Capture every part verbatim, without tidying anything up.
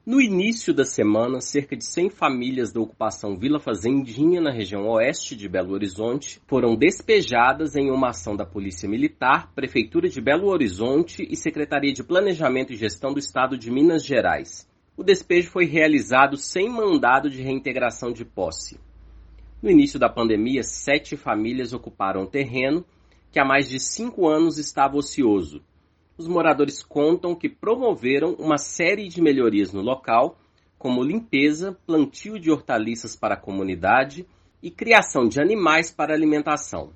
No início da semana, cerca de cem famílias da ocupação Vila Fazendinha, na região oeste de Belo Horizonte, foram despejadas em uma ação da Polícia Militar, Prefeitura de Belo Horizonte e Secretaria de Planejamento e Gestão do Estado de Minas Gerais. O despejo foi realizado sem mandado de reintegração de posse. No início da pandemia, sete famílias ocuparam o terreno, que há mais de cinco anos estava ocioso. Os moradores contam que promoveram uma série de melhorias no local, como limpeza, plantio de hortaliças para a comunidade e criação de animais para alimentação.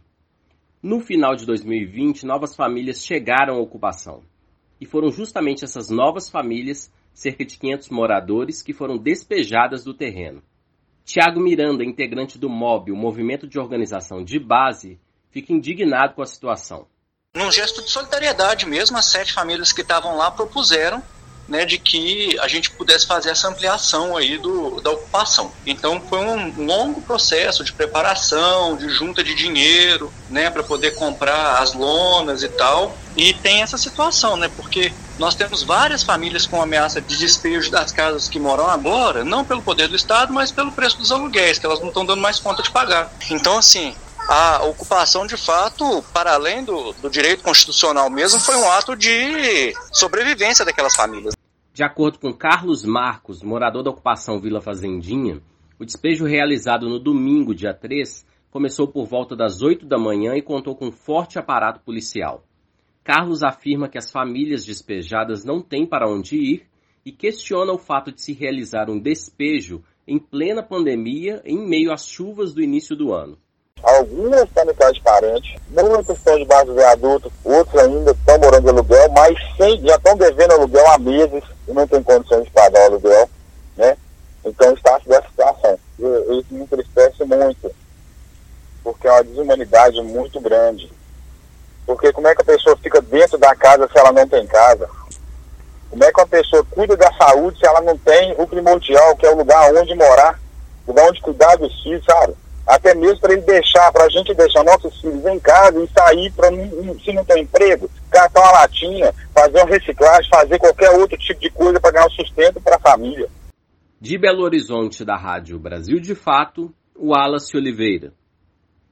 No final de dois mil e vinte, novas famílias chegaram à ocupação. E foram justamente essas novas famílias, cerca de quinhentos moradores, que foram despejadas do terreno. Tiago Miranda, integrante do M O B, o Movimento de Organização de Base, fica indignado com a situação. Num gesto de solidariedade mesmo, as sete famílias que estavam lá propuseram, né, de que a gente pudesse fazer essa ampliação aí do, da ocupação. Então foi um longo processo de preparação, de junta de dinheiro, né, para poder comprar as lonas e tal. E tem essa situação, né, porque nós temos várias famílias com ameaça de despejo das casas que moram agora, não pelo poder do Estado, mas pelo preço dos aluguéis, que elas não estão dando mais conta de pagar. Então, assim, a ocupação, de fato, para além do, do direito constitucional mesmo, foi um ato de sobrevivência daquelas famílias. De acordo com Carlos Marcos, morador da ocupação Vila Fazendinha, o despejo realizado no domingo, dia três, começou por volta das oito da manhã e contou com um forte aparato policial. Carlos afirma que as famílias despejadas não têm para onde ir e questiona o fato de se realizar um despejo em plena pandemia em meio às chuvas do início do ano. Algumas estão no casa de parente, muitos estão debaixo do viaduto, outros ainda estão morando de aluguel, mas sem, já estão devendo aluguel há meses e não tem condições de pagar o aluguel, né? Então está dessa situação. Isso me entristece muito, porque é uma desumanidade muito grande. Porque como é que a pessoa fica dentro da casa se ela não tem casa? Como é que uma pessoa cuida da saúde se ela não tem o primordial, que é o lugar onde morar, o lugar onde cuidar dos filhos, sabe? Até mesmo para ele deixar, para a gente deixar nossos filhos em casa e sair, pra, se não tem emprego, catar uma latinha, fazer uma reciclagem, fazer qualquer outro tipo de coisa para ganhar um sustento para a família. De Belo Horizonte, da Rádio Brasil de Fato, o Wallace Oliveira.